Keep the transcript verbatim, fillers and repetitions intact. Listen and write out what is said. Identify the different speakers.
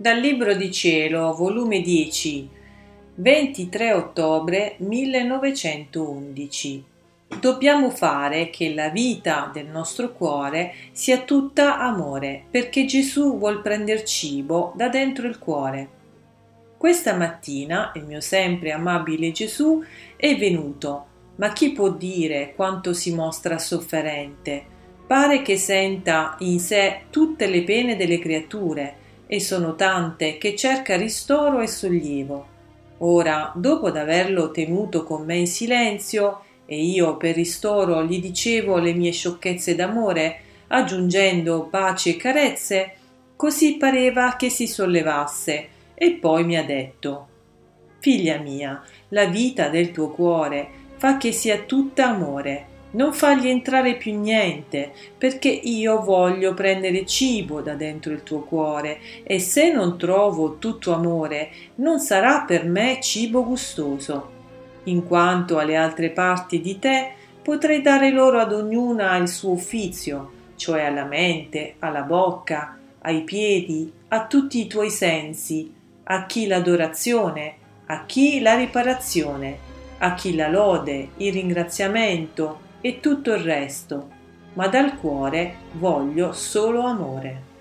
Speaker 1: Dal Libro di Cielo, volume dieci, ventitré ottobre millenovecentoundici. Dobbiamo fare che la vita del nostro cuore sia tutta amore, perché Gesù vuol prender cibo da dentro il cuore. Questa mattina il mio sempre amabile Gesù è venuto, ma chi può dire quanto si mostra sofferente? Pare che senta in sé tutte le pene delle creature, e sono tante che cerca ristoro e sollievo. Ora, dopo d'averlo tenuto con me in silenzio, e io per ristoro gli dicevo le mie sciocchezze d'amore, aggiungendo baci e carezze, così pareva che si sollevasse, e poi mi ha detto: «Figlia mia, la vita del tuo cuore fa che sia tutta amore. Non fargli entrare più niente, perché io voglio prendere cibo da dentro il tuo cuore, e se non trovo tutto amore, non sarà per me cibo gustoso. In quanto alle altre parti di te, potrei dare loro ad ognuna il suo uffizio, cioè alla mente, alla bocca, ai piedi, a tutti i tuoi sensi, a chi l'adorazione, a chi la riparazione, a chi la lode, il ringraziamento e tutto il resto, ma dal cuore voglio solo amore».